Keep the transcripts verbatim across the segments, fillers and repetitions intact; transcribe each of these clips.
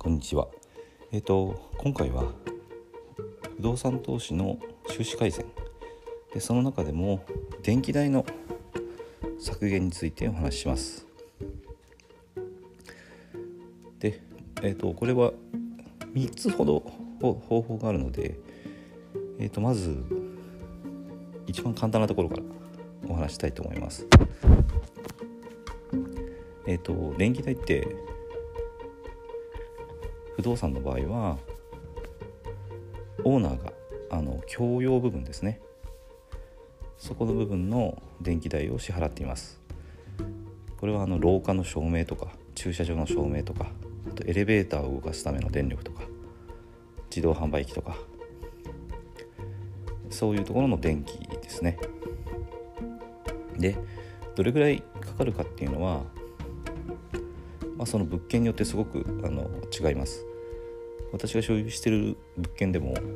こんにちは。えっ、ー、と今回は不動産投資の収支改善で、その中でも電気代の削減についてお話しします。で、えっ、ー、とこれはみっつほど方法があるので、えっ、ー、とまず一番簡単なところからお話したいと思います。えっ、と電気代って不動産の場合はオーナーがあの共用部分ですね、そこの部分の電気代を支払っています。これはあの廊下の照明とか駐車場の照明とか、あとエレベーターを動かすための電力とか自動販売機とか、そういうところの電気ですね。でどれぐらいかかるかっていうのは、まあ、その物件によってすごくあの違います。私が所有している物件でも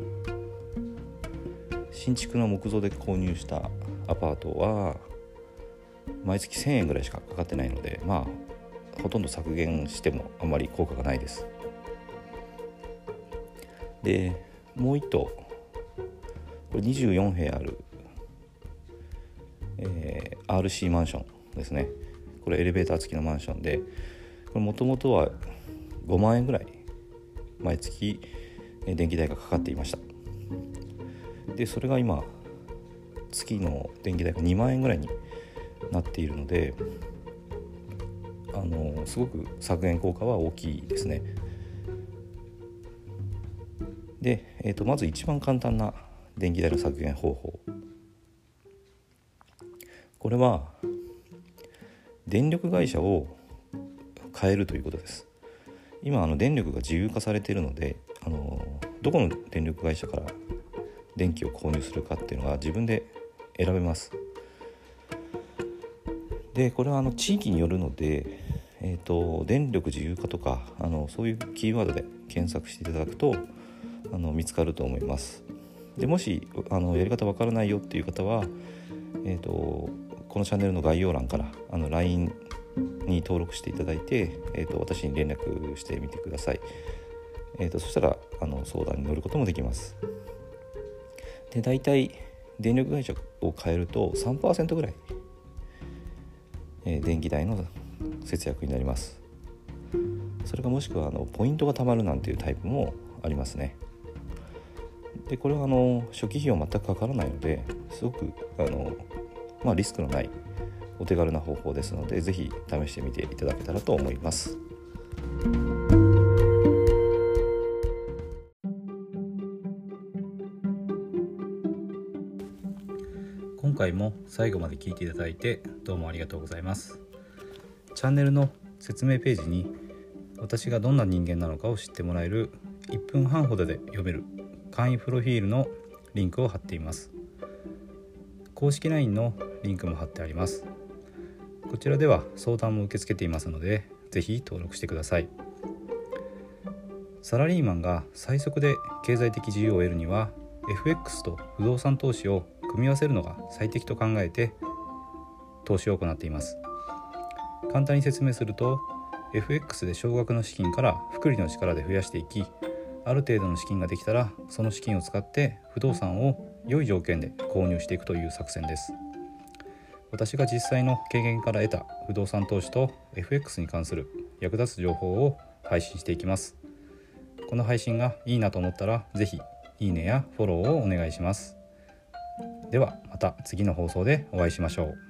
新築の木造で購入したアパートは毎月せんえんぐらいしかかかってないので、まあほとんど削減してもあまり効果がないです。でもう一棟、これにじゅうよんへやある、えー、アールシー マンションですね。これエレベーター付きのマンションで、これもともとはごまんえんぐらい毎月電気代がかかっていました。でそれが今月の電気代がにまんえんぐらいになっているので、あのすごく削減効果は大きいですね。で、えーと、まず一番簡単な電気代の削減方法、これは電力会社を変えるということです。今あの電力が自由化されているので、あのどこの電力会社から電気を購入するかっていうのが自分で選べます。でこれはあの地域によるので、えーと、電力自由化とかあのそういうキーワードで検索していただくとあの見つかると思います。でもしあのやり方わからないよっていう方は、えーと、このチャンネルの概要欄からあの ライン に登録していただいて、えーと、私に連絡してみてください。えーと、そしたらあの相談に乗ることもできます。で大体電力会社を変えると さんパーセント ぐらい、えー、電気代の節約になります。それかもしくはあのポイントが貯まるなんていうタイプもありますね。でこれはあの初期費用全くかからないので、すごくあの、まあ、リスクのないお手軽な方法ですので、ぜひ試してみていただけたらと思います。今回も最後まで聞いていただいてどうもありがとうございます。チャンネルの説明ページに私がどんな人間なのかを知ってもらえるいっぷんはんほどで読める簡易プロフィールのリンクを貼っています。公式 ライン のリンクも貼ってあります。こちらでは相談も受け付けていますので、ぜひ登録してください。サラリーマンが最速で経済的自由を得るには エフエックス と不動産投資を組み合わせるのが最適と考えて投資を行っています。簡単に説明すると、 エフエックス で少額の資金から複利の力で増やしていき、ある程度の資金ができたらその資金を使って不動産を良い条件で購入していくという作戦です。私が実際の経験から得た不動産投資と エフエックス に関する役立つ情報を配信していきます。この配信がいいなと思ったら、ぜひいいねやフォローをお願いします。ではまた次の放送でお会いしましょう。